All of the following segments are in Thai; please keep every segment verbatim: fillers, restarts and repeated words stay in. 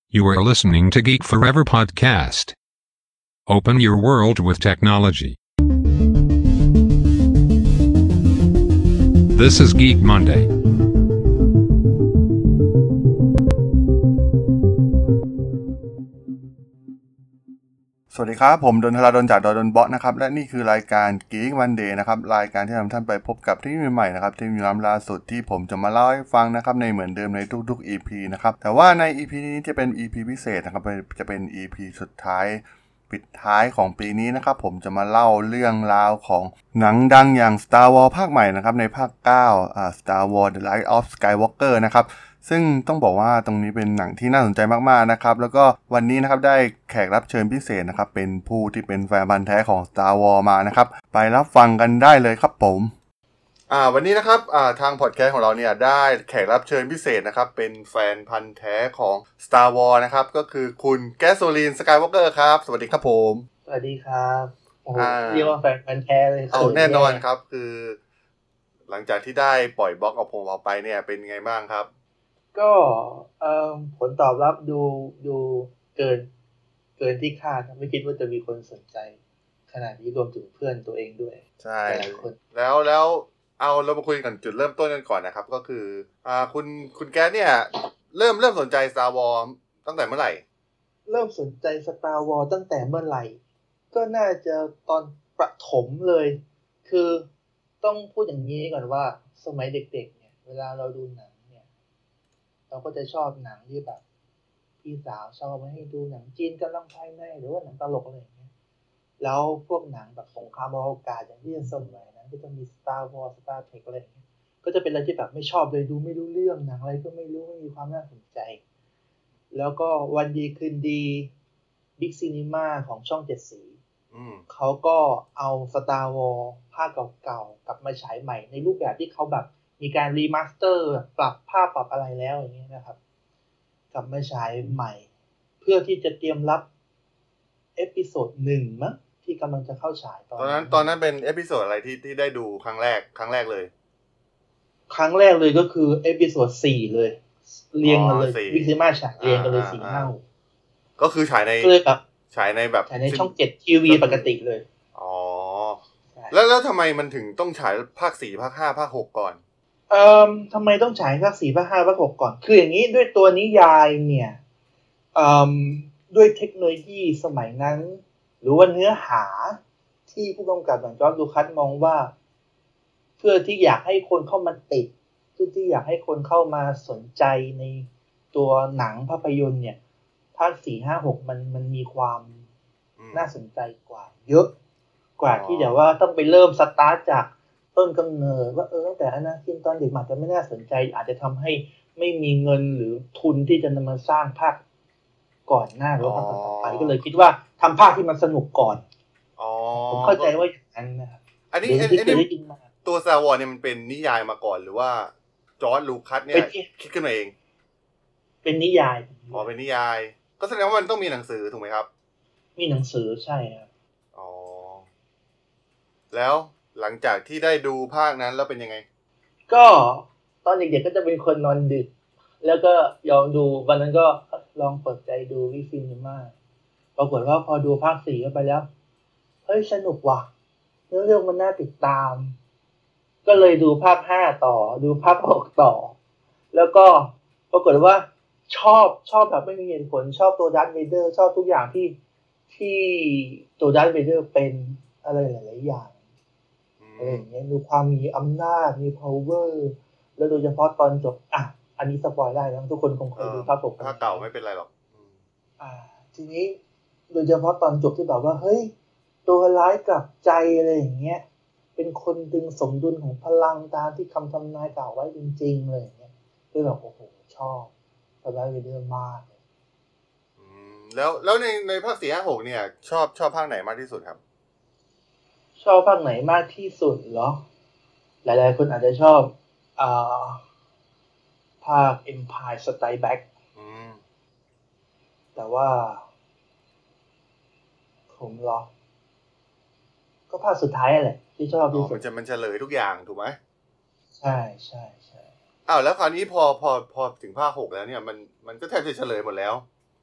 You are listening to Geek Forever Podcast. Open your world with technology. This is Geek Monday. สวัสดีครับผมดนทราดนจากดนบอสนะครับและนี่คือรายการ Geek Monday นะครับรายการที่นำท่านไปพบกับเทคโนโลยีใหม่ๆนะครับเทคโนโลยีล้ำล่าสุดที่ผมจะมาเล่าให้ฟังนะครับในเหมือนเดิมในทุกๆ อี พี นะครับแต่ว่าใน อี พี นี้จะเป็น อี พี พิเศษนะครับจะเป็น อี พี สุดท้ายปิดท้ายของปีนี้นะครับผมจะมาเล่าเรื่องราวของหนังดังอย่าง Star Wars ภาคใหม่นะครับในภาคเก้าอ่า Star Wars The Rise of Skywalker นะครับซึ่งต้องบอกว่าตรงนี้เป็นหนังที่น่าสนใจมากๆนะครับแล้วก็วันนี้นะครับได้แขกรับเชิญพิเศษนะครับเป็นผู้ที่เป็นแฟนพันธุ์แท้ของ Star Wars มานะครับไปรับฟังกันได้เลยครับผมอ่าวันนี้นะครับอ่าทางพอดแคสต์ของเราเนี่ยได้แขกรับเชิญพิเศษนะครับเป็นแฟนพันธุ์แท้ของ Star Wars นะครับก็คือคุณแก๊สโซลีนสกายวอล์กเกอร์ครับสวัสดีครับผมสวัสดีครับโอ้โหเรียกว่าแฟนพันธุ์แท้เลยเอาแน่นอนครับคือหลังจากที่ได้ปล่อยบล็อกเอาผมออกไปเนี่ยเป็นไงบ้างครับก็เอ่อผลตอบรับดูดูเกินเกินที่คาดไม่คิดว่าจะมีคนสนใจขนาดนี้รวมถึงเพื่อนตัวเองด้วยใช่แล้วแล้วเอาเรามาคุยกันจุดเริ่มต้นกันก่อนนะครับก็คืออ่าคุณคุณแก๊สเนี่ยเริ่มเริ่มสนใจ Star Wars ตั้งแต่เมื่อไหร่เริ่มสนใจ Star Wars ตั้งแต่เมื่อไหร่ก็น่าจะตอนประถมเลยคือต้องพูดอย่างนี้ก่อนว่าสมัยเด็กๆเนี่ยเวลาเราดูหนังเราก็จะชอบหนังที่แบบพี่สาวชอบมาให้ดูหนังจีนกำลังภายในหรือว่าหนังตลกอะไรอย่างเงี้ยแล้วพวกหนังแบบสงครามอวกาศอย่างที่สมัยนั้นก็จะมี Star Wars Star Trek อะไรอย่างเงี้ยก็จะเป็นอะไรที่แบบไม่ชอบเลยดูไม่รู้เรื่องหนังอะไรก็ไม่รู้ไม่มีความน่าสนใจแล้วก็วันดีคืนดี Big Cinema ของช่องเจ็ดสีเขาก็เอา Star Wars ภาคเก่าๆกลับมาฉายใหม่ในรูปแบบที่เขาแบบมีการรีมาสเตอร์ปรับภาพปรับอะไรแล้วอย่างนี้นะครับกลับมาฉายใหม่เพื่อที่จะเตรียมรับเอพิโซดหนึ่งมั้งที่กำลังจะเข้าฉายตอนนั้นตอนนั้นเป็นเอพิโซดอะไรที่ที่ได้ดูครั้งแรกครั้งแรกเลยครั้งแรกเลยก็คือเอพิโซดสี่เลยเรียงกันเลยวิกซิมาฉายเรียงกันเลยสี่ห้าก็คือฉายในฉายในแบบฉายในช่องเจ็ดทีวีปกติเลยอ๋อแล้วแล้วทำไมมันถึงต้องฉายภาคสี่ภาคห้าภาคหกก่อนเอ่อทำไมต้องฉายภาคสี่ภาคห้าภาคหกก่อนคืออย่างนี้ด้วยตัวนิยายเนี่ยเอ่อด้วยเทคโนโลยีสมัยนั้นหรือว่าเนื้อหาที่ผู้กำกับอย่างจอร์จ ลูคัสมองว่าเพื่อที่อยากให้คนเข้ามาติดเพื่อที่อยากให้คนเข้ามาสนใจในตัวหนังภาพยนตร์เนี่ยภาคสี่ ห้า หกมันมันมีความน่าสนใจกว่าเยอะกว่าที่จะว่าต้องไปเริ่มสตาร์ทจากต้นกำเนิดว่าเออตั้งแต่อนาคินตอนเด็กมันจะไม่น่าสนใจอาจจะทำให้ไม่มีเงินหรือทุนที่จะนำมาสร้างภาคก่อนหน้าหรือภาคต่อไปก็เลยคิดว่าทำภาคที่มันสนุกก่อนผมเข้าใจว่าอย่างนั้นนะครับอันนี้อันนี้ตัว Star Wars เนี่ยมันเป็นนิยายมาก่อนหรือว่าจอร์จ ลูคัสเนี่ยคิดขึ้นมาเองเป็นนิยายอ๋อเป็นนิยายก็แสดงว่ามันต้องมีหนังสือถูกไหมครับมีหนังสือใช่ครับอ๋อแล้วหลังจากที่ได้ดูภาคนั้นแล้วเป็นยังไงก็ตอนเด็กๆก็จะเป็นคนนอนดึกแล้วก็ยอมดูวันนั้นก็ลองเปิดใจดูวิฟินิม่าปรากฏว่าพอดูภาคสี่เข้าไปแล้วเฮ้ยสนุกว่ะเนื้อเรื่องมันน่าติดตามก็เลยดูภาคห้าต่อดูภาคหกต่อแล้วก็ปรากฏว่าชอบชอบแบบไม่มีเหตุผลชอบตัวดาร์ธเวเดอร์ชอบทุกอย่างที่ที่ตัวดาร์ธเวเดอร์เป็นอะไรหลายๆอย่างอะไรอย่างเงี้ยมีความมีอำนาจมี power แล้วโดยเฉพาะตอนจบอ่ะอันนี้สปอยได้นะทุกคนคงเคยดูภาคหกภาคเก่าไม่เป็นไรหรอกอ่าทีนี้โดยเฉพาะตอนจบที่แบบว่าเฮ้ยตัวร้ายกลับใจอะไรอย่างเงี้ยเป็นคนดึงสมดุลของพลังตามที่คำทำนายกล่าวไว้จริงๆเลยอย่างเงี้ยก็แบบโอ้โหชอบสบายไปเรื่อยมากอืมแล้วแล้วในในภาคสี่ ห้า หกเนี่ยชอบชอบภาคไหนมากที่สุดครับชอบภาคไหนมากที่สุดเหรอหลายๆคนอาจจะชอบอ่าภาค Empire Strikes Back อืมแต่ว่าผมเหรอก็ภาคสุดท้ายแหละที่ชอบที่สุดมันจะมันเฉลยทุกอย่างถูกไหมใช่ใช่ใช่อ้าวแล้วคราวนี้พอพอพอถึงภาคหกแล้วเนี่ยมันมันก็แทบจะเฉลยหมดแล้ว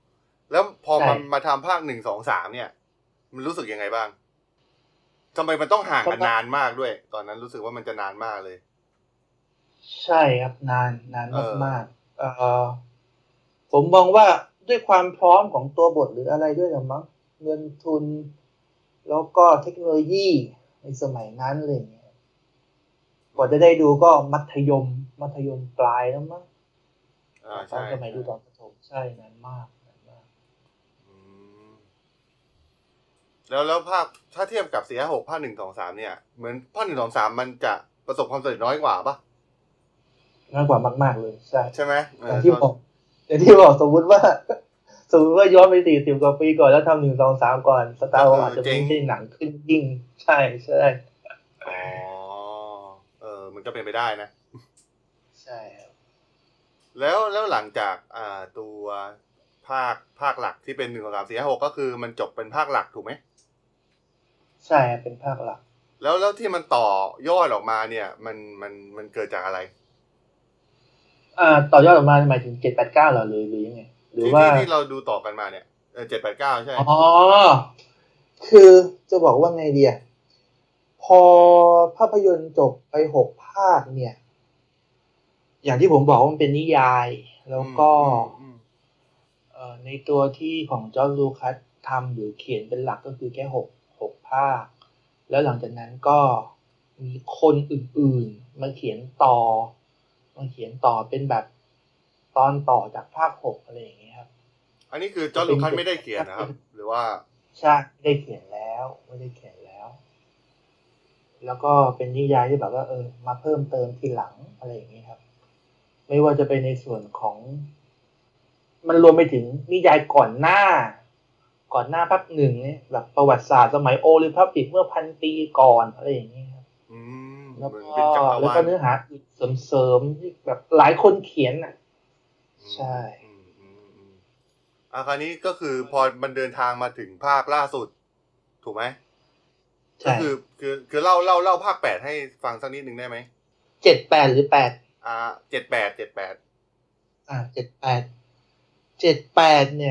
แล้วพอใช่มันมาทำภาคหนึ่งสองสามเนี่ย มันรู้สึกยังไงบ้างทำไมมันต้องห่างกันนานมากด้วย ตอนนั้นรู้สึกว่ามันจะนานมากเลยใช่ครับนานนานเออมากๆเอ่อผมมองว่าด้วยความพร้อมของตัวบทหรืออะไรด้วยหรือมั้งเงินทุน แล้วก็เทคโนโลยีในสมัยนั้นอะไรอย่างเงี้ยกว่าจะได้ดูก็มัธยม มัธยมปลายแล้วมั้งอ่าตอนใช่สมัยใช่ดูตอนประถมใช่นานมากนานมากอืมแล้วแล้วภาคถ้าเทียบกับสี่ห้าหกภาคหนึ่งสองสามเนี่ยเหมือนภาคหนึ่งสองสามมันจะประสบความสำเร็จน้อยกว่าปะน้อยกว่ามากๆเลยใช่ใช่ไหมเออย่าองที่บอกอย่างที่บอกสมมุติว่า สมมติว่าย้อนไปสี่สิบกว่าปีก่อนแล้วทำหนึ่งสองสามก่อนสตาร์วอร์อาจจะไม่ใช่หนังขึ้นยิ่งใช่ใช่อ๋อเออมันก็เป็นไปได้นะใช่ครับแล้วแล้วหลังจากอ่าตัวภาคภาคหลักที่เป็นหนึ่งสองสามสี่ห้าหกก็คือมันจบเป็นภาคหลักถูกไหมใช่เป็นภาคหลักแล้วแล้วที่มันต่อยอดออกมาเนี่ย มันมันมันเกิดจากอะไรอ่าต่อยอดออกมาหมายถึงเจ็ดแปดเก้าเหรอหรือหรือยังไงหรือที่ว่าที่ที่เราดูต่อกันมาเนี่ยเออเจ็ดแปดเก้าใช่อ๋อคือจะบอกว่าไงดีอะพอภาพยนตร์จบไปหกภาคเนี่ย อย่างที่ผมบอกว่ามันเป็นนิยาย แล้วก็อืมเอ่อในตัวที่ของจอร์จลูคัสทำหรือเขียนเป็นหลักก็คือแค่หกหกภาค แล้วหลังจากนั้นก็มีคนอื่นๆมาเขียนต่อมาเขียนต่อเป็นแบบตอนต่อจากภาคหกอะไรอย่างเงี้ยครับอันนี้คือจอร์จลูคัสไม่ได้เขียนนะครับ หรือว่าใช่ไม่ได้เขียนแล้วไม่ได้เขียนแล้ว แล้วก็เป็นนิยายที่แบบว่าเออมาเพิ่มเติมทีหลังอะไรอย่างเงี้ยครับ ไม่ว่าจะเป็นในส่วนของ มันรวมไปถึงนิยายก่อนหน้า ก่อนหน้าภาคหนึ่งเนี่ยแบบประวัติศาสตร์สมัยโอลิพับลิกเมื่อพันปีก่อนอะไรอย่างเงี้ยครับอืมแล้วเหมือนก็เป็นจักรแล้ววาก็ลเนื้อหาอีกเสริมๆที่แบบหลายคนเขียนอ่ะ ใช่อืมอืมอืมอ่ะคราวนี้ก็คือพอมันเดินทางมาถึงภาคล่าสุด ถูกไหมก็ใช่คือคือคือเล่าเล่าเล่าภาคแปดให้ฟังสักนิดหนึ่งได้ไหมเจ็ดแปดหรือแปดอ่าเจ็ดแปดเจ็ดแปดอ่าเจ็ดแปดเจ็ดแปดเนี่ย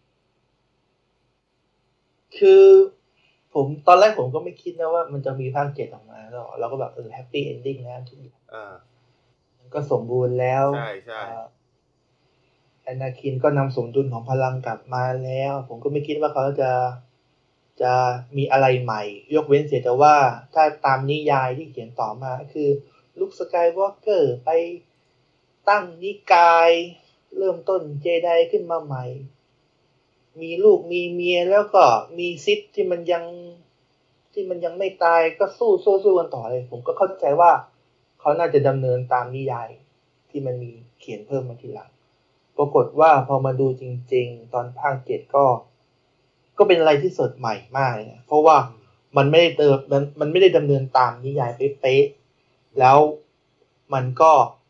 คือผมตอนแรกผมก็ไม่คิดนะว่ามันจะมีภาคเจ็ดออกมาแล้วเราก็แบบเออแฮปปี้เอนดิ้งนะทุกอย่างอ่ามันก็สมบูรณ์แล้วใช่ใช่แอนนาคินก็นำสมดุลของพลังกลับมาแล้ว ผมก็ไม่คิดว่าเขาจะจะมีอะไรใหม่ ยกเว้นเสียแต่ว่าถ้าตามนิยายที่เขียนต่อมาคือลุคสกายวอล์กเกอร์ไปตั้งนิกาย เริ่มต้นเจไดขึ้นมาใหม่ มีลูกมีเมียแล้วก็มีซิธที่มันยังที่มันยังไม่ตายก็สู้สู้สู้กันต่อเลย ผมก็เข้าใจว่าเขาน่าจะดำเนินตามนิยายที่มันมีเขียนเพิ่มมาทีหลังปรากฏว่าพอมาดูจริงๆตอนภาคเจ็ดก็ก็เป็นอะไรที่สดใหม่มากเลยนะเพราะว่ามันไม่ได้เติมมันมันไม่ได้ดำเนินตามนิยายเป๊ะๆแล้วมันก็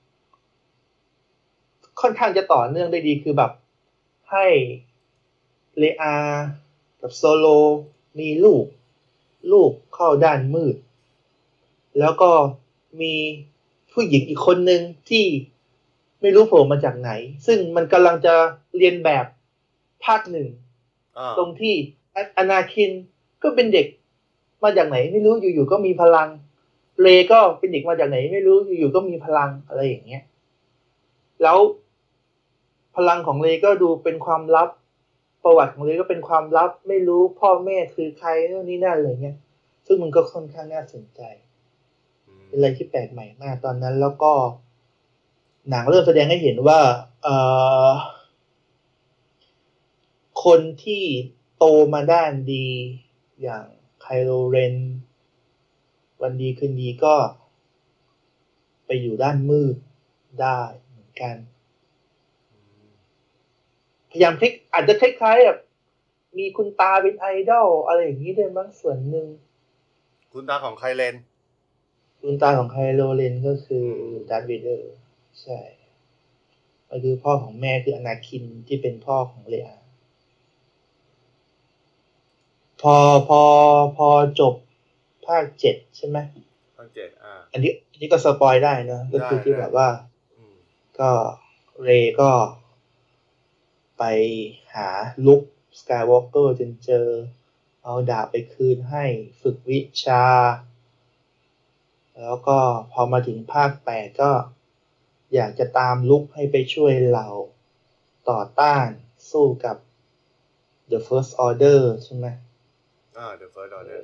ค่อนข้างจะต่อเนื่องได้ดีคือแบบให้เลอากับโซโลมีลูกลูกเข้าด้านมืดแล้วก็มีผู้หญิงอีกคนนึงที่ไม่รู้โผล่มาจากไหนซึ่งมันกำลังจะเรียนแบบภาคหนึ่งอ่าตรงที่อนาคินก็เป็นเด็กมาจากไหนไม่รู้อยู่ๆก็มีพลังเลก็เป็นเด็กมาจากไหนไม่รู้อยู่ๆก็มีพลังอะไรอย่างเงี้ยแล้วพลังของเลก็ดูเป็นความลับประวัติของเลก็เป็นความลับไม่รู้พ่อแม่คือใครนู่นนี่นั่นอะไรเงี้ยซึ่งมันก็ค่อนข้างน่าสนใจเป็นอะไรที่แปลกใหม่มากตอนนั้นแล้วก็หนังเริ่มแสดงให้เห็นว่าเอ่อคนที่โตมาด้านดีอย่างไคโลเรนวันดีคืนดีก็ไปอยู่ด้านมืดได้เหมือนกันพยายามคลิกอาจจะคล้ายๆแบบมีคุณตาเป็นไอดอลอะไรอย่างนี้ด้วยมั้งส่วนหนึ่งคุณตาของไคเลนคุณตาของไคโลเรนก็คือดาร์ธเวเดอร์ใช่ก็คือพ่อของแม่คืออนาคินที่เป็นพ่อของเลอาพอพอพอจบภาคเจ็ดใช่ไหมภาคเจ็ดอ่าอันนี้อันนี้ก็สปอยได้นะก็คือที่แบบว่าอืมก็เรย์ก็ไปไปหาลุคสกายวอล์กเกอร์จนเจอเอาดาบไปคืนให้ฝึกวิชาแล้วก็พอมาถึงภาคแปดก็อยากจะตามลุคให้ไปช่วยเหล่าต่อต้านสู้กับ The First Order ใช่ไหมอ่า The First Order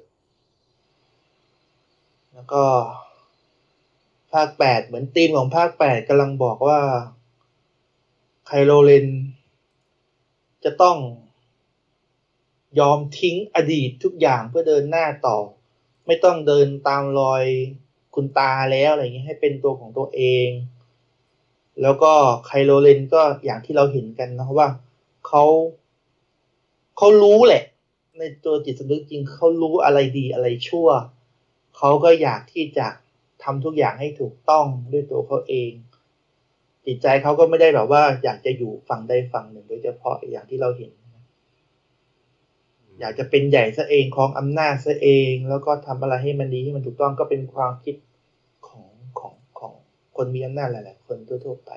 แล้วก็ภาคแปดเหมือนธีมของภาคแปดกำลังบอกว่าไคโลเรนจะต้องยอมทิ้งอดีตทุกอย่างเพื่อเดินหน้าต่อไม่ต้องเดินตามรอยคุณตาแล้วอะไรอย่างนี้ให้เป็นตัวของตัวเองแล้วก็ไคโลเรนก็อย่างที่เราเห็นกันนะว่าเขาเขารู้แหละในตัวจิตสำนึกจริงเขารู้อะไรดีอะไรชั่วเขาก็อยากที่จะทำทุกอย่างให้ถูกต้องด้วยตัวเขาเองจิตใจเขาก็ไม่ได้แบบว่าอยากจะอยู่ฝั่งใดฝั่งหนึ่งโดยเฉพาะอย่างที่เราเห็นอยากจะเป็นใหญ่ซะเองครองอำนาจซะเองแล้วก็ทำอะไรให้มันดีให้มันถูกต้องก็เป็นความคิดของของของคนมีอำนาจหลายๆคนทั่วๆไป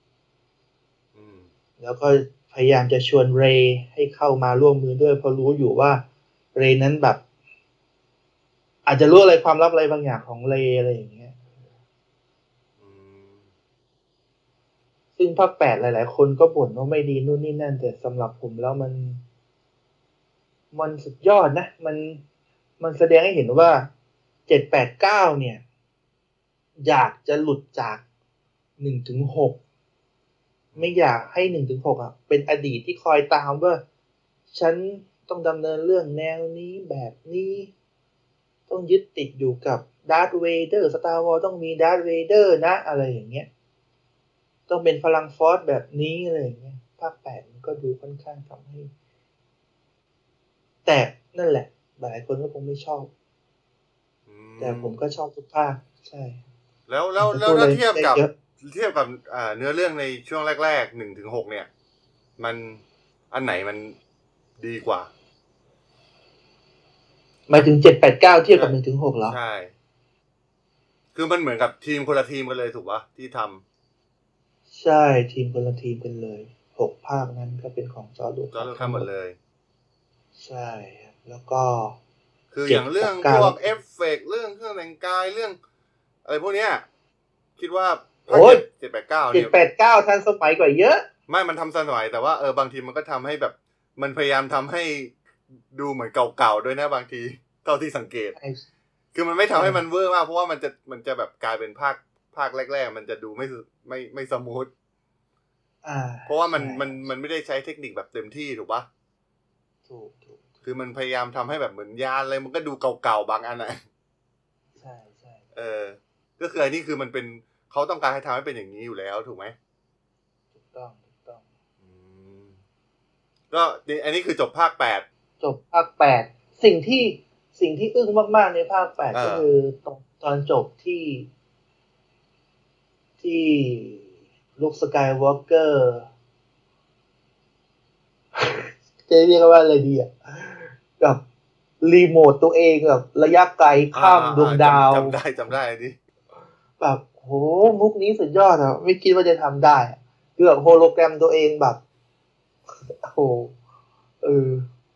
แล้วก็พยายามจะชวนเรย์ให้เข้ามาร่วมมือด้วยเพราะรู้อยู่ว่าเรย์นั้นแบบอาจจะรู้อะไรความลับอะไรบางอย่างของเรย์อะไรอย่างเงี้ยซึ่งภาคแปดหลายๆคนก็บ่นว่าไม่ดีนู่นนี่นั่นแต่สำหรับผมแล้วมันมันสุดยอดนะมันมันแสดงให้เห็นว่าเจ็ด แปด เก้าเนี่ยอยากจะหลุดจากหนึ่งถึงหกไม่อยากให้หนึ่งถึงหกอ่ะเป็นอดีตที่คอยตามว่าฉันต้องดำเนินเรื่องแนวนี้แบบนี้ต้องยึดติดอยู่กับดาร์ธเวเดอร์สตาร์วอร์ต้องมีดาร์ธเวเดอร์นะอะไรอย่างเงี้ยต้องเป็นพลังฟอร์สแบบนี้อะไรอย่างเงี้ยภาคแปดมันก็ดูค่อนข้างทำให้แต่นั่นแหละหลายคนก็คงไม่ชอบแต่ผมก็ชอบทุกภาคใช่แล้วแล้วแล้วถ้าเทียบกับเทียบกับอ่าเนื้อเรื่องในช่วงแรกๆหนึ่งถึงหกเนี่ยมันอันไหนมันดีกว่าหมายถึงเจ็ด แปด เก้าเทียบกับหนึ่งถึงหกเหรอใช่คือมันเหมือนกับทีมคนละทีมกันเลยถูกป่ะที่ทำใช่ทีมคนละทีมกันเลยหกภาคนั้นก็เป็นของจอร์จ ลูคัสทั้งหมดเลยใช่แล้วก็คืออย่างเรื่องพวกเอฟเฟกต์เรื่องเครื่องแต่งกายเรื่องอะไรพวกเนี้ยคิดว่าโอ้ยเจ็ด แปด เก้าเนี่ยเจ็ด แปด เก้าทันสมัยกว่าเยอะไม่มันทำทันสมัยแต่ว่าเออบางทีมันก็ทำให้แบบมันพยายามทำให้ดูเหมือนเก่าๆด้วยนะบางทีเท่าที่สังเกตคือมันไม่ทำให้มันเวอร์มากเพราะว่ามันจะมันจะแบบกลายเป็นภาคภาคแรกๆมันจะดูไม่ไม่ไม่สมูทเพราะว่ามันมันมันไม่ได้ใช้เทคนิคแบบเต็มที่ถูกปะถูกถูกคือมันพยายามทำให้แบบเหมือนยานอะไรมันก็ดูเก่าๆบางอันนะใช่ใช่เออก็คืออันนี้คือมันเป็นเขาต้องการให้ทำให้เป็นอย่างนี้อยู่แล้วถูกไหมถูกต้องถูกต้องอืมก็อันนี้คือจบภาคแปดจบภาคแปดสิ่งที่สิ่งที่อึ้งมากๆในภาคแปดก็คือตอนตอนจบที่ที่ลูกสกายวอล์กเกอร์จะเรียกว่าอะไรดีอ่ะกับรีโมทตัวเองแบบระยะไกลข้ามดวงดาวจำได้จำได้ดิแบบโหมุกนี้สุดยอดอ่ะไม่คิดว่าจะทำได้คือแบบโฮโลแกรมตัวเองแบบโหเออ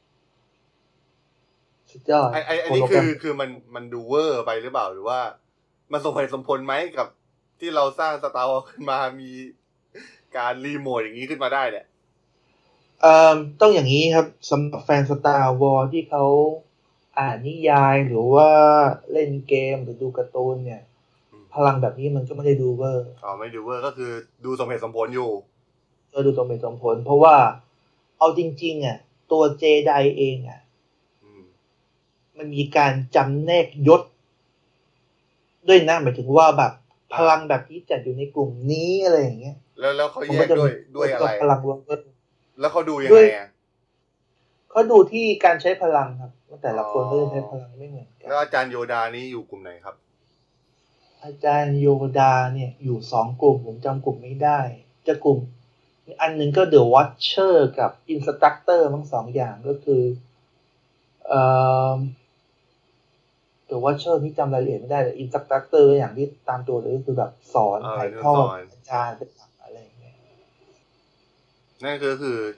สุดยอดไอ้ไอ้อันนี้คือคือมันมันดูเวอร์ไปหรือเปล่าหรือว่ามันสมเหตุสมผลไหมกับที่เราสร้าง Star Wars ขึ้นมามีการรีโมทอย่างนี้ขึ้นมาได้เนี่ยเอ่อต้องอย่างนี้ครับสำหรับแฟน Star Wars ที่เขาอ่านนิยายหรือว่าเล่นเกมหรือดูการ์ตูนเนี่ยพลังแบบนี้มันก็ไม่ได้ดูเวอร์อ๋อไม่ดูเวอร์ก็คือดูสมเหตุสมผลอยู่เออดูสมเหตุสมผลเพราะว่าเอาจริงๆอ่ะตัวเจไดเองอ่ะมันมีการจำแนกยศด้วยนะหมายถึงว่าแบบพลังแบบนี้จัดอยู่ในกลุ่มนี้อะไรอย่างเงี้ยแล้วแล้วเขาแยกด้วยด้วยอะไรพลังเวอร์แล้วเขาดูยังไงอ่ะเขาดูที่การใช้พลังครับว่าแต่ละคนก็จะใช้พลังไม่เหมือนกันแล้วอาจารย์โยดานี้อยู่กลุ่มไหนครับอาจารย์โยดาเนี่ยอยู่สองกลุ่มผมจำกลุ่มไม่ได้จะกลุ่มอันนึงก็ The Watcher กับ Instructor ทั้งสองอย่างก็คือเอ่อ The Watcher นี่จำรายละเอียดไม่ได้แต่ Instructor อย่างที่ตามตัวเลยก็คือแบบสอนถ่ายทอดอาจารย์เป็นอะไรอย่างเงี้ยนั่นก็คือ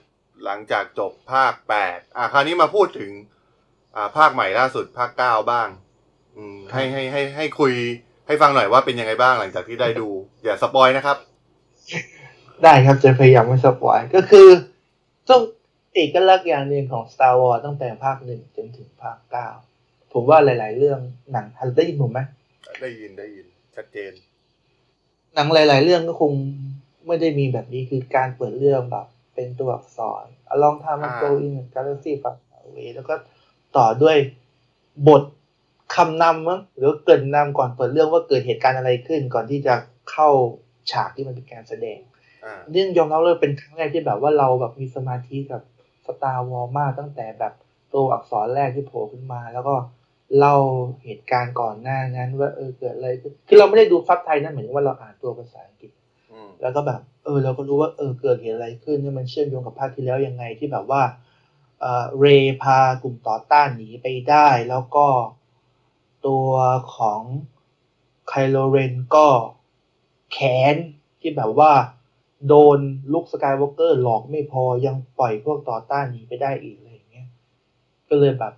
หลังจากจบภาคแปดอ่ะคราวนี้มาพูดถึงอ่าภาคใหม่ล่าสุดภาคเก้าบ้างอืมให้ให้ให้ให้คุยให้ฟังหน่อยว่าเป็นยังไงบ้างหลังจากที่ได้ดูอย่าสปอยนะครับได้ครับจะพยายามไม่สปอยก็คือต้องเอกลักษณ์อย่างหนึ่งของ Star Wars ตั้งแต่ภาคหนึ่งจนถึงภาคเก้าผมว่าหลายๆเรื่องหนังได้ยินผมไหมได้ยินได้ยินชัดเจนหนังหลายๆเรื่องก็คงไม่ได้มีแบบนี้คือการเปิดเรื่องแบบเป็นตัวอักษร Along Time Ago in Galaxy Far Away แล้วก็ต่อด้วยบทคำนำมั้งหรือเกริ่นนำก่อนเปิดเรื่องว่าเกิดเหตุการณ์อะไรขึ้นก่อนที่จะเข้าฉากที่มันเป็นการแสดงเรื่องยอมรับเลยเป็นครั้งแรกที่แบบว่าเราแบบมีสมาธิกับ Star Wars มากตั้งแต่แบบตัวอักษรแรกที่โผล่ขึ้นมาแล้วก็เล่าเหตุการณ์ก่อนหน้านั้นว่าเออเกิดอะไรขึ้นคือเราไม่ได้ดูซับไทยนะเหมือนว่าเราอ่านตัวภาษาอังกฤษแล้วก็แบบเออเราก็รู้ว่าเออเกิดเหตุอะไรขึ้นนี่มันเชื่อมโยงกับภาคที่แล้วยังไงที่แบบว่าเอ่อเรย์พากลุ่มต่อต้านหนีไปได้แล้วก็ตัวของไคโลเรนก็แค้นที่แบบว่าโดนลุคสกายวอล์กเกอร์หลอกไม่พอยังปล่อยพวกต่อต้านหนีไปได้อีกอะไรอย่างเงี้ยก็เลยแบบ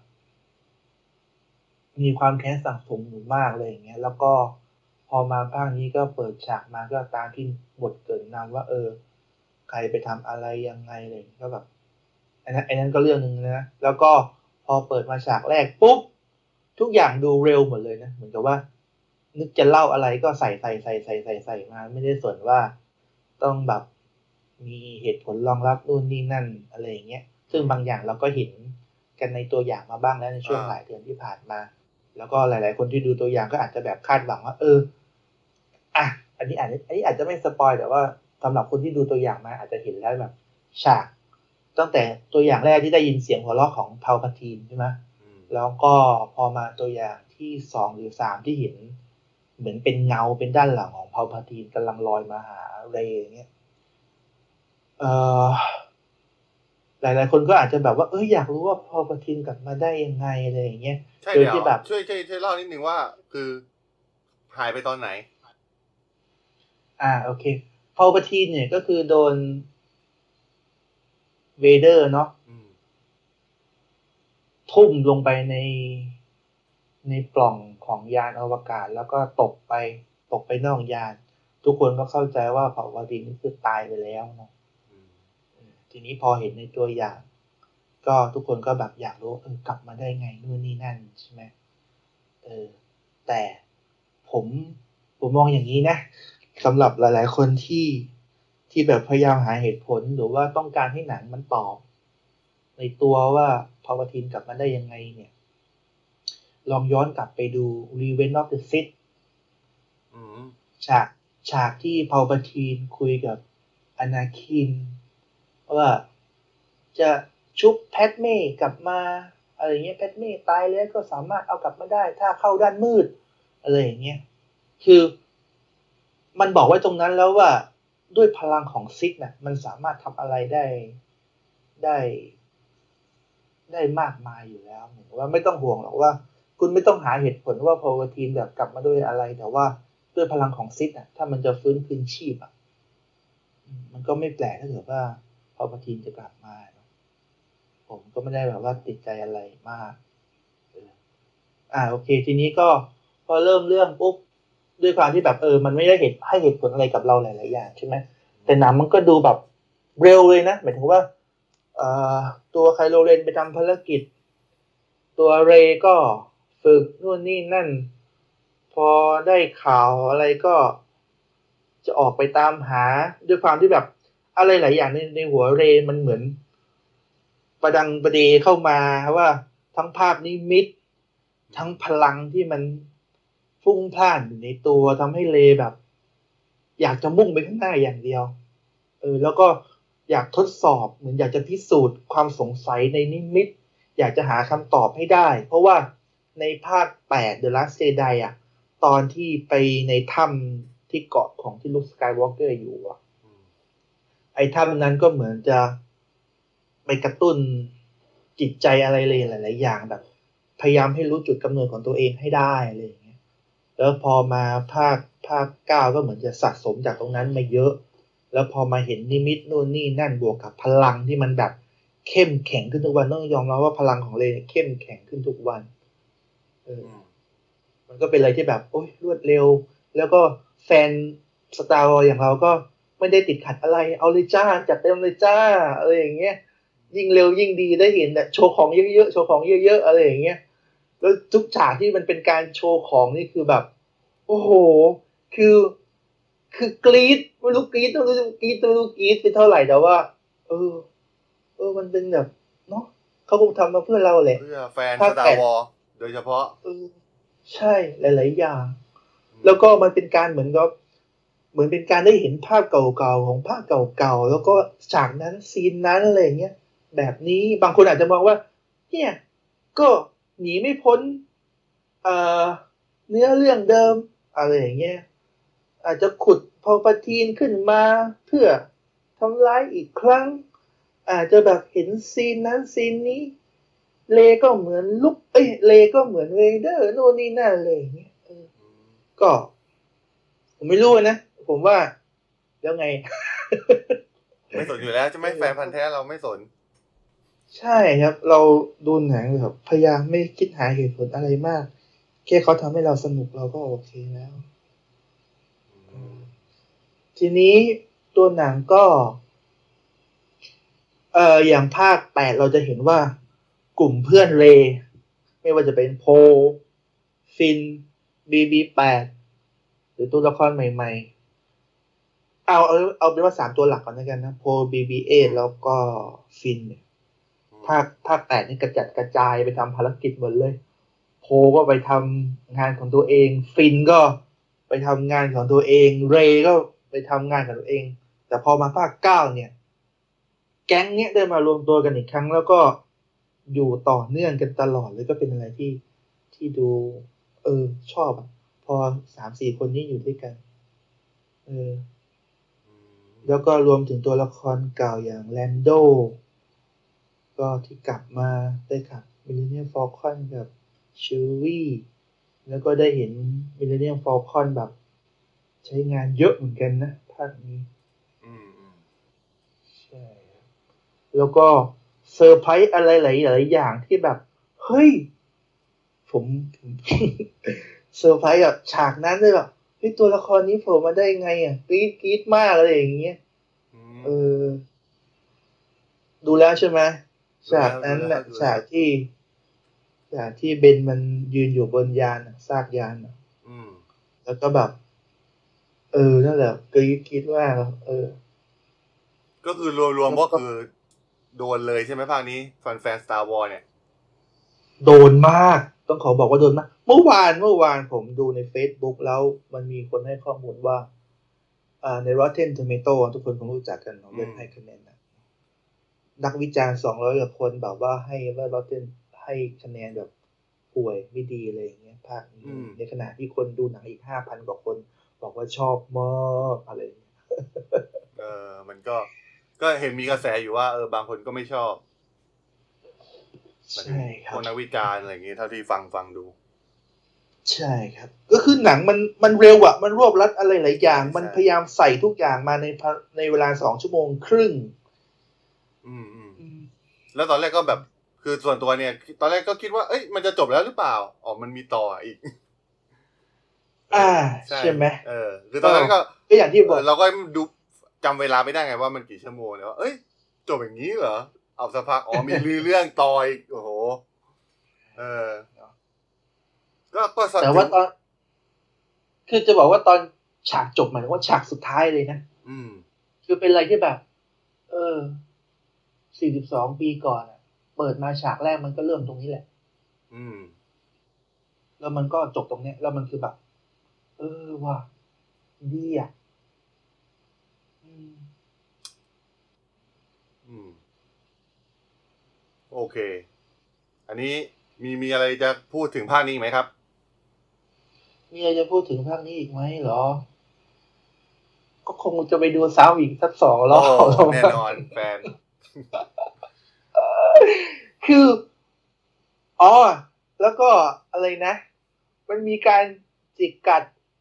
มีความแค้นสะสมอยู่มากเลยอย่างเงี้ยแล้วก็พอมาภาคนี้ก็เปิดฉากมาก็ตามที่บทเกริ่นนำว่าเออใครไปทำอะไรยังไงอะไรอย่างเงี้ยก็แบบอันนั้นอันนั้นก็เรื่องนึงนะแล้วก็พอเปิดมาฉากแรกปุ๊บทุกอย่างดูเร็วหมดเลยนะเหมือนกับว่านึกจะเล่าอะไรก็ใส่ใส่ใส่ใส่ใส่ใส่มาไม่ได้สนว่าต้องแบบมีเหตุผลรองรับนู่นนี่นั่นอะไรอย่างเงี้ยซึ่งบางอย่างเราก็เห็นกันในตัวอย่างมาบ้างแล้วในช่วงหลายเดือนที่ผ่านมาแล้วก็หลายๆคนที่ดูตัวอย่างก็อาจจะแบบคาดหวังว่าเอออ่ะอันนี้อาจจะอันนี้อาจจะไม่สปอยแต่ว่าสำหรับคนที่ดูตัวอย่างมาอาจจะเห็นแล้วแบบฉากตั้งแต่ตัวอย่างแรกที่ได้ยินเสียงหัวเราะของพาลพาทีนใช่ไหมแล้วก็พอมาตัวอย่างที่สองหรือสามที่เห็นเหมือนเป็นเงาเป็นด้านหลังของพาลพาทีนกำลังลอยมาหาเรย์อย่างเงี้ยเอ่อหลายๆคนก็อาจจะแบบว่าเอออยากรู้ว่าพาลพาทีนกลับมาได้ยังไงอะไรอย่างเงี้ยใช่เดี๋ยวแบบช่วยช่วยช่วยเล่านิดนึงว่าคือหายไปตอนไหนอ่าโอเคพาลพาทีนเนี่ยก็คือโดนเวเดอร์เนาะทุ่มลงไปในในปล่องของยานอวกาศแล้วก็ตกไปตกไปนอกยานทุกคนก็เข้าใจว่าพาลพาทีนนี่คือตายไปแล้วเนาะทีนี้พอเห็นในตัวอย่างก็ทุกคนก็แบบอยากรู้เออกลับมาได้ไงนู่นนี่นั่นใช่ไหมเออแต่ผมผมมองอย่างนี้นะสำหรับหลายๆคนที่ที่แบบพยายามหาเหตุผลหรือว่าต้องการให้หนังมันตอบในตัวว่าพาลพาทีนกลับมาได้ยังไงเนี่ยลองย้อนกลับไปดู Revenge of the Sith ฉากฉากที่พาลพาทีนคุยกับอนาคินว่าจะชุบแพดเม่กลับมาอะไรเงี้ยแพดเม่ตายแล้วก็สามารถเอากลับมาได้ถ้าเข้าด้านมืดอะไรอย่างเงี้ยคือมันบอกไว้ตรงนั้นแล้วว่าด้วยพลังของซิกน่ะมันสามารถทำอะไรได้ได้ได้มากมายอยู่แล้วเหมือนว่าไม่ต้องห่วงหรอกว่าคุณไม่ต้องหาเหตุผลว่าพาลพาทีนแบบกลับมาด้วยอะไรแต่ว่าด้วยพลังของซิกน่ะถ้ามันจะฟื้นคืนชีพอ่ะมันก็ไม่แปลกถ้าเกิดว่าพาลพาทีนจะกลับมาผมก็ไม่ได้แบบว่าติดใจอะไรมากอ่าโอเคทีนี้ก็พอเริ่มเรื่องปุ๊บด้วยความที่แบบเออมันไม่ได้เหตุให้เหตุผลอะไรกับเราหลายๆอย่างใช่ไหมแต่หนังมันก็ดูแบบเร็วเลยนะหมายถึงว่าเอ่อตัวไคโลเรนไปทำภารกิจตัวเรย์ก็ฝึกนู่นนี่นั่นพอได้ข่าวอะไรก็จะออกไปตามหาด้วยความที่แบบอะไรหลายอย่างในในหัวเรย์มันเหมือนประดังประเดเข้ามาว่าทั้งภาพนิมิตทั้งพลังที่มันฟุ้งพล่านอยู่ในตัวทำให้เลแบบอยากจะมุ่งไปข้างหน้าอย่างเดียวเออแล้วก็อยากทดสอบเหมือนอยากจะพิสูจน์ความสงสัยในนิมิตอยากจะหาคำตอบให้ได้เพราะว่าในภาคแปด The Last Jedi อ่ะตอนที่ไปในถ้ำที่เกาะของที่ลุคสกายวอล์กเกอร์อยู่อ่ะไอ้ถ้ำนั้นก็เหมือนจะไปกระตุ้นจิตใจอะไรเลยหลายๆอย่างแบบพยายามให้รู้จุดกำเนิดของตัวเองให้ได้อะไรอย่างเงี้ยแล้วพอมาภาคภาคเก้าก็เหมือนจะสะสมจากตรงนั้นมาเยอะแล้วพอมาเห็นนิมิตนู่นนี่นั่นบวกกับพลังที่มันแบบเข้มแข็งขึ้นทุกวันต้องยอมรับว่าพลังของเลเนี่ยเข้มแข็งขึ้นทุกวันเออมันก็เป็นอะไรที่แบบโอ้ยรวดเร็วแล้วก็แฟนสตาร์วอร์อย่างเราก็ไม่ได้ติดขัดอะไรเอาเลยจ้าจัดเต็มเลยจ้าอะไรอย่างเงี้ยยิ่งเร็วยิ่งดีได้เห็นเนี่ยโชว์ของเยอะๆโชว์ของเยอะๆอะไรอย่างเงี้ยแล้วทุกฉากที่มันเป็นการโชว์ของนี่คือแบบโอ้โหคือคือกรี๊ดไม่รู้กรี๊ดต้องรู้กรี๊ดต้องรู้กรี๊ดไปเท่าไหร่แต่ว่าเออเออมันเป็นแบบเนาะเขาคงทำมาเพื่อเราแหละเพื่อแฟนสตาร์วอร์โดยเฉพาะเออใช่หลายๆอย่างแล้วก็มันเป็นการเหมือนกับเหมือนเป็นการได้เห็นภาพเก่าๆของภาคเก่าๆแล้วก็ฉากนั้นซีนนั้นอะไรอย่างเงี้ยแบบนี้บางคนอาจจะมองว่าเนี่ยก็หนีไม่พ้นเอ่อเนื้อเรื่องเดิมอะไรอย่างเงี้ยอาจจะขุดพอปาทีนขึ้นมาเพื่อทำร้ายอีกครั้งอาจจะแบบเห็นซีนนั้นซีนนี้เลก็เหมือนลุกเอ้ยเลก็เหมือนเวเดอร์โน่นนี่นั่นอะไรอย่างเงี้ยเออก็ผมไม่รู้นะผมว่าแล้วไงไม่สนอยู่แล้วใช่ไหมแฟนพันธุ์แท้เราไม่สนใช่ครับเราดูหนังแบบพยายามไม่คิดหาเหตุผลอะไรมากแค่เขาทำให้เราสนุกเราก็โอเคแล้วทีนี้ตัวหนังก็เอ่ออย่างภาคแปดเราจะเห็นว่ากลุ่มเพื่อนเรย์ไม่ว่าจะเป็นโพฟินบีบีแปดหรือตัวละครใหม่ๆเอาเอาเอาเป็นว่าสามตัวหลักก่อนแล้วกันนะโพบีบีเอแล้วก็ฟินเนี่ยภาคภาคแปดนี่กระจัดกระจายไปทำภารกิจหมดเลยโพก็ไปทำงานของตัวเองฟินก็ไปทำงานของตัวเองเรย์ก็ไปทำงานของตัวเองแต่พอมาภาคเก้าเนี่ยแก๊งเนี้ยได้มารวมตัวกันอีกครั้งแล้วก็อยู่ต่อเนื่องกันตลอดเลยก็เป็นอะไรที่ที่ดูเออชอบอะพอสามสี่คนนี้อยู่ด้วยกันเออแล้วก็รวมถึงตัวละครเก่าอย่างแลนโดก็ที่กลับมาได้ขับมิลเลนเนียมฟอลคอนกับชิลวี่แล้วก็ได้เห็นมิลเลนเนียมฟอลคอนแบบใช้งานเยอะเหมือนกันนะภาคนี้ใช่แล้วก็เซอร์ไพรส์อะไรหลายๆอย่างที่แบบเฮ้ยผมผมเซอร์ไพรส์แบบฉากนั้นเลยแบบเฮ้ยตัวละครนี้โผล่มาได้ไงอ่ะกรี๊ดกรี๊ดมากอะไรอย่างเงี้ยเออดูแล้วใช่ไหมฉากนั้นน่ะฉากที่ฉากที่เบนมันยืนอยู่บนยานซากยานแล้วก็แบบเออนั่นแหละกรี๊ดกรี๊ดมากเออก็คือรวมๆก็คือโดนเลยใช่ไหมภาคนี้แฟนแฟนสตาร์วอร์เนี่ยโดนมากต้องขอบอกว่าโดนมากเมื่อวานเมื่อวานผมดูใน Facebook แล้วมันมีคนให้ข้อมูลว่าอ่าใน Rotten Tomato ทุกคนคงรู้จักกันเว็บให้คะแนนนะนักวิจารณ์สองร้อยกว่าคนแบบว่าให้ว่า Rotten ให้คะแนนแบบป่วยไม่ดีอะไรอย่างเงี้ยภาคนี้ในขณะที่คนดูหนังอีก ห้าพัน กว่าคนบอกว่าชอบมากอะไรอย่างเงี้ยเออมันก็ก็เห็นมีกระแสอยู่ว่าเออบางคนก็ไม่ชอบใช่ครับคนนักวิจารณ์อะไรอย่างเงี้ยเท่าที่ฟังฟังดูใช่ครับก็คือหนังมันมันเร็วอะมันรวบรัดอะไรหลายอย่างมันพยายามใส่ทุกอย่างมาในในเวลาสองชั่วโมงครึ่งอืมอืมแล้วตอนแรกก็แบบคือส่วนตัวเนี่ยตอนแรกก็คิดว่าเอ้ยมันจะจบแล้วหรือเปล่าอ๋อมันมีต่ออีกอ่าใช่ไหมเออคือตอนนั้นก็ก็อย่างที่บอกเราก็ดูจำเวลาไม่ได้ไงว่ามันกี่ชั่วโมงเนี่ยว่าเอ้ยจบอย่างนี้เหรอเอาสักพักอ๋อมีเรื่องต่ออีกโอ้โหเออก็ก็แต่ว่าตอนคือจะบอกว่าตอนฉากจบหมายถึงว่าฉากสุดท้ายเลยนะอืมคือเป็นอะไรที่แบบเออสี่สิบสองปีก่อนอ่ะเปิดมาฉากแรกมันก็เริ่มตรงนี้แหละอืมแล้วมันก็จบตรงเนี้ยแล้วมันคือแบบเออว่ะดีอ่ะอืมอืมโอเคอันนี้มีมีอะไรจะพูดถึงภาคนี้ไหมครับมีอะไรจะพูดถึงภาคนี้อีกไหมเหรอก็คงจะไปดูซ้ำอีกสักสองรอบแน่นอนแฟนคืออ๋อแล้วก็อะไรนะมันมีการจิกกัด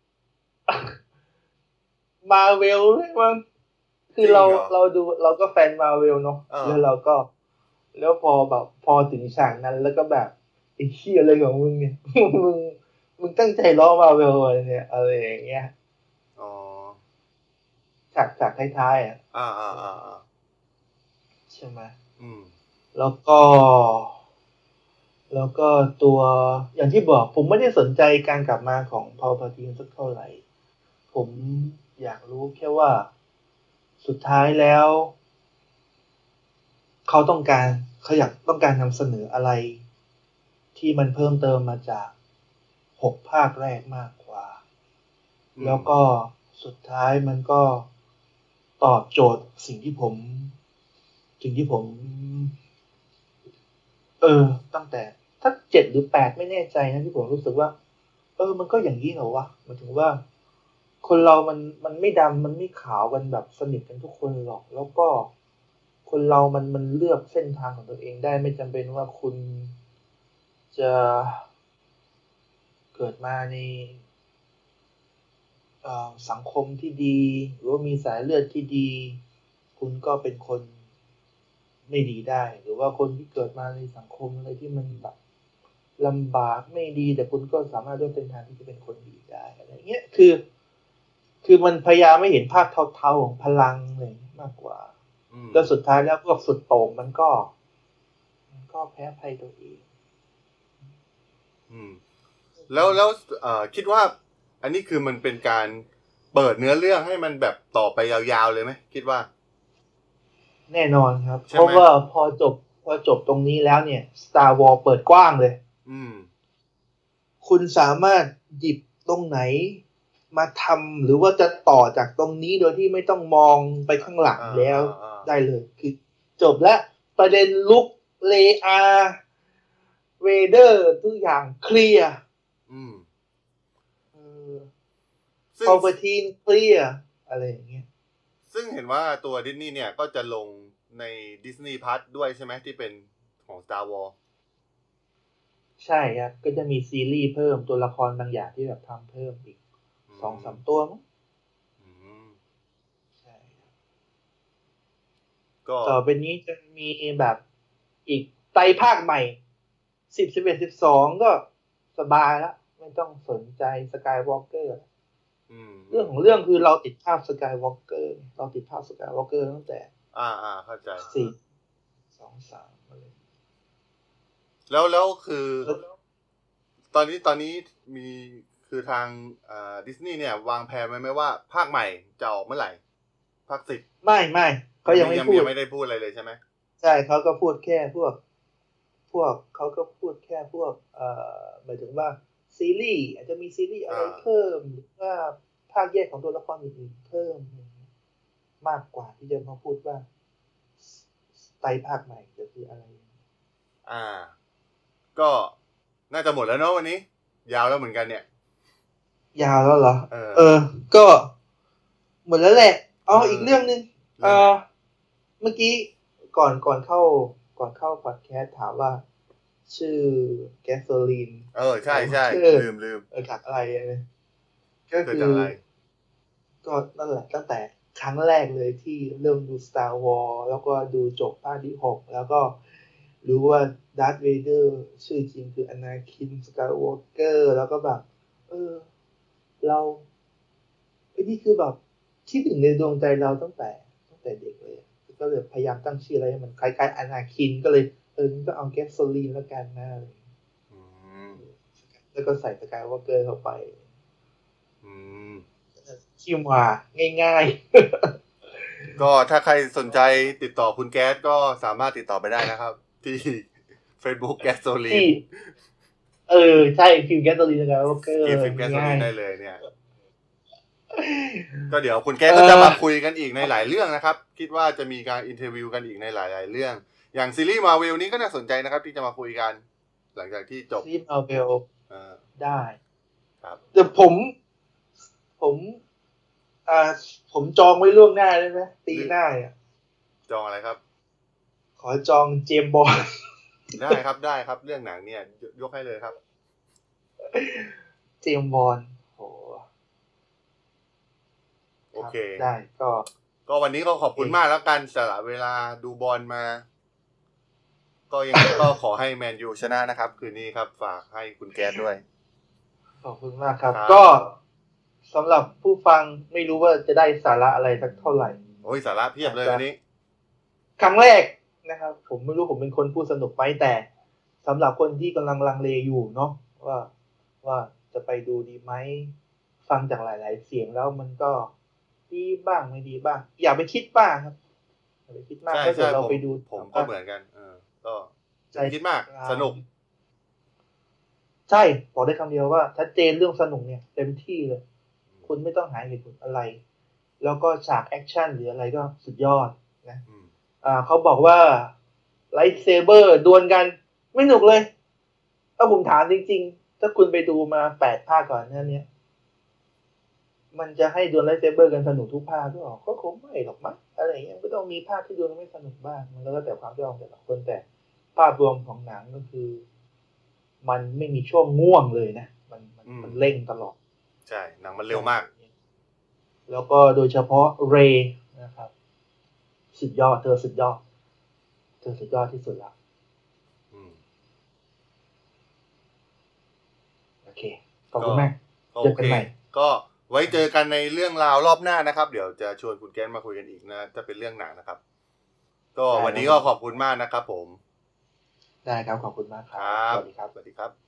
มาเวลด้วยมั้งคือเราเราดูเราก็แฟนมาเวลเนาะแล้วเราก็แล้วพอแบบพอถึงฉากนั้นแล้วก็แบบไอ้เหี้ยอะไรของมึงเนี่ย มึงมึงตั้งใจล้อมาเวลเนี่ยอะไรอย่างเงี้ยอ๋อฉากฉากท้ายๆอ่ะอ่าอ่าอ่าอ่าใช่ไหมอืมแล้วก็แล้วก็ตัวอย่างที่บอกผมไม่ได้สนใจการกลับมาของพอลพาทีนสักเท่าไหร่ผมอยากรู้แค่ว่าสุดท้ายแล้วเขาต้องการเขาอยากต้องการนำเสนออะไรที่มันเพิ่มเติมมาจากหกภาคแรกมากกว่าอืมแล้วก็สุดท้ายมันก็ตอบโจทย์สิ่งที่ผมสิ่งที่ผมเออตั้งแต่ถ้าเจ็ดหรือแปดไม่แน่ใจนะที่ผมรู้สึกว่าเออมันก็อย่างนี้เหรอวะหมายถึงว่าคนเรามันมันไม่ดำมันไม่ขาวกันแบบสนิทกันทุกคนหรอกแล้วก็คนเรามันมันเลือกเส้นทางของตัวเองได้ไม่จำเป็นว่าคุณจะเกิดมาในเอ่อสังคมที่ดีหรือว่ามีสายเลือดที่ดีคุณก็เป็นคนไม่ดีได้หรือว่าคนที่เกิดมาในสังคมอะไรที่มันแบบลำบากไม่ดีแต่คุณก็สามารถเลือกเส้นทางที่จะเป็นคนดีได้อะไรเงี้ยคือคือมันพยายามไม่เห็นภาพเทาๆของพลังอะไรมากกว่าอืมแล้วสุดท้ายแล้วพวกสุดโต่งมันก็มันก็แพ้ภัยตัวเองอืมแล้วแล้วเอ่อคิดว่าอันนี้คือมันเป็นการเปิดเนื้อเรื่องให้มันแบบต่อไปยาวๆเลยไหมคิดว่าแน่นอนครับเพใช่ไหมราะว่าพอจบพอจบตรงนี้แล้วเนี่ย Star Wars เปิดกว้างเลยอืมคุณสามารถหยิบตรงไหนมาทำหรือว่าจะต่อจากตรงนี้โดยที่ไม่ต้องมองไปข้างหลังอ่าแล้วอ่าอ่าได้เลยคือจบแล้วประเด็นลุกเลอาเวเดอร์ทุกอย่างเคลียร์อืมพอซึ่งลปาทีนเคลียร์อะไรอย่างเงี้ยซึ่งเห็นว่าตัวดิสนีย์เนี่ยก็จะลงใน Disney Plus ด้วยใช่ไหมที่เป็นของ Star Wars ใช่ครับก็จะมีซีรีส์เพิ่มตัวละครบางอย่างที่แบบทำเพิ่มอีกอืสองมสามตัวมั้งอืมใช่ครับก็ต่อไปนี้จะมีแบบอีกไตรภาคใหม่ สิบสิบเอ็ดสิบสองก็สบายแล้วไม่ต้องสนใจสกายวอล์กเกอร์อืมอืมเรื่องของเรื่องคือเราติดภาพสกายวอล์กเกอร์เราติดภาพสกายวอล์กเกอร์ตั้งแต่อ่าอ่าเข้าใจสี่สองสามอะไรแล้วแล้วคือแล้วตอนนี้ตอนนี้มีคือทางอ่าดิสนีย์เนี่ยวางแผนไว้ไหมว่าภาคใหม่จะออกเมื่อไหร่ภาคสิบไม่ไม่เขายังไม่ยังยังไม่พูดยังไม่ได้พูดอะไรเลยใช่ไหมใช่เขาก็พูดแค่พวกพวกเขาก็พูดแค่พวกเอ่อหมายถึงว่าซีรีส์อาจจะมีซีรีส์อะไรอ่าเพิ่มหรือว่าภาคแยกของตัวละครอื่นๆเพิ่มมากกว่าที่จะมาพูดว่าไตรภาคใหม่จะคืออะไรอ่าก็น่าจะหมดแล้วเนาะวันนี้ยาวแล้วเหมือนกันเนี่ยยาวแล้วเหรอเออเออก็หมดแล้วแหละเออ๋ออีกอเรื่องหนึ่งเอเรื่องไหนอเมื่อกี้ก่อนก่อนเข้าก่อนเข้าพอดแคสต์ถามว่าชื่อแกสโซลีนเออไวใช่ใช่เกอร์ลืมลืมเออจากอะไรเนี่ยก็คือเกิดจากอะไรก็นั่นแหละตั้งแต่ครั้งแรกเลยที่เริ่มดู Star Wars แล้วก็ดูจบภาคที่หกแล้วก็รู้ว่าดาร์ธเวเดอร์ชื่อจริงคืออนาคินสกายวอล์กเกอร์แล้วก็แบบเออเรา ไอ้นี่คือแบบที่หนึ่งในดวงใจเราตั้งแต่ตั้งแต่เด็กเลยก็เลยพยายามตั้งชื่ออะไรให้มันคล้ายๆอนาคินก็เลยเออก็เอาแก๊สโซลีนแล้วกันนะอะไรอย่างเงี้ยอืมแล้วก็ใส่สกายวอล์กเกอร์เข้าไปอืมชื่อมาง่ายก็ถ้าใครสนใจติดต่อคุณแก๊สก็สามารถติดต่อไปได้นะครับที่ Facebook แก๊สโซๆลีนที่เออใช่พิมพ์แก๊สโซลีนสกายวอล์กเกอร์กีฟิล์มแก๊สโซลีง่ายนได้เลยเนี่ย ก็เดี๋ยวคุณแกเอก็จะมาอคุยกันอีกในหลายเรื่องนะครับคิดว่าจะมีการอินเทอร์วิวกันอีกในหลายๆเรื่องอย่างซีรีส์มาเวลนี้ก็น่าสนใจนะครับที่จะมาคุยกันหลังจากที่จบซีมาเบลเออได้ครับแต่ผมผมอ่าผมจองไว้ล่วงหน้าได้ไหมปีหน้าเนี่ยจองอะไรครับขอจองเจมส์บอนด์ได้ครับได้ครับเรื่องหนังเนี่ยยกให้เลยครับเจมส์บอนด์โหครับโอเคได้ก็ก็วันนี้ก็ขอบโอเคคุณมากแล้วกันสละเวลาดูบอลมาก็ยังไงก็ขอให้แมนยูชนะนะครับคืนนี้ครับฝากให้คุณแก๊สด้วยขอบคุณมากครับก็สำหรับผู้ฟังไม่รู้ว่าจะได้สาระอะไรสักเท่าไหร่โอ้ยสาระเพียบเลยวันนี้ครั้งแรกนะครับผมไม่รู้ผมเป็นคนพูดสนุกไหมแต่สำหรับคนที่กำลังลังเลอยู่เนาะว่าว่าจะไปดูดีไหมฟังจากหลายๆเสียงแล้วมันก็ดีบ้างไม่ดีบ้างอย่าไปคิดมากครับอย่าไปคิดมากถ้าเกิดเราไปดูผมก็เหมือนกันเออก็อย่าไปคิดมากสนุกใช่บอกได้คำเดียวว่าชัดเจนเรื่องสนุกเนี่ยเต็มที่เลยคุณไม่ต้องหาเหตุผลอะไรแล้วก็ฉากแอคชั่นหรืออะไรก็สุดยอดนะอ่าเขาบอกว่าไลท์เซเบอร์ดวลกันไม่หนุกเลยถ้าผมถามจริงๆถ้าคุณไปดูมาแปดภาคก่อนหน้านี้มันจะให้ดวลไลท์เซเบอร์กันสนุกทุกภาคก็ก็คงไม่หรอกมั้งอะไรอย่างเงี้ยก็ต้องมีภาคที่ดวลไม่สนุกบ้างมันแล้วแต่ความชอบของแต่ละคนแต่ภาพรวมของหนังก็คือมันไม่มีช่วงง่วงเลยนะมันมันมันเร่งตลอดใช่หนังมันเร็วมากแล้วก็โดยเฉพาะเรย์นะครับสุดยอดเธอสุดยอดเธอสุดยอดที่สุดละโอเคขอบคุณมากเจอกันใหม่ก็ไว้เจอกันในเรื่องราวรอบหน้านะครับเดี๋ยวจะชวนคุณแก้นมาคุยกันอีกนะจะเป็นเรื่องหนังนะครับก็วันนี้ก็ขอบคุณมากนะครับผมได้ครับขอบคุณมากครับสวัสดีครับสวัสดีครับ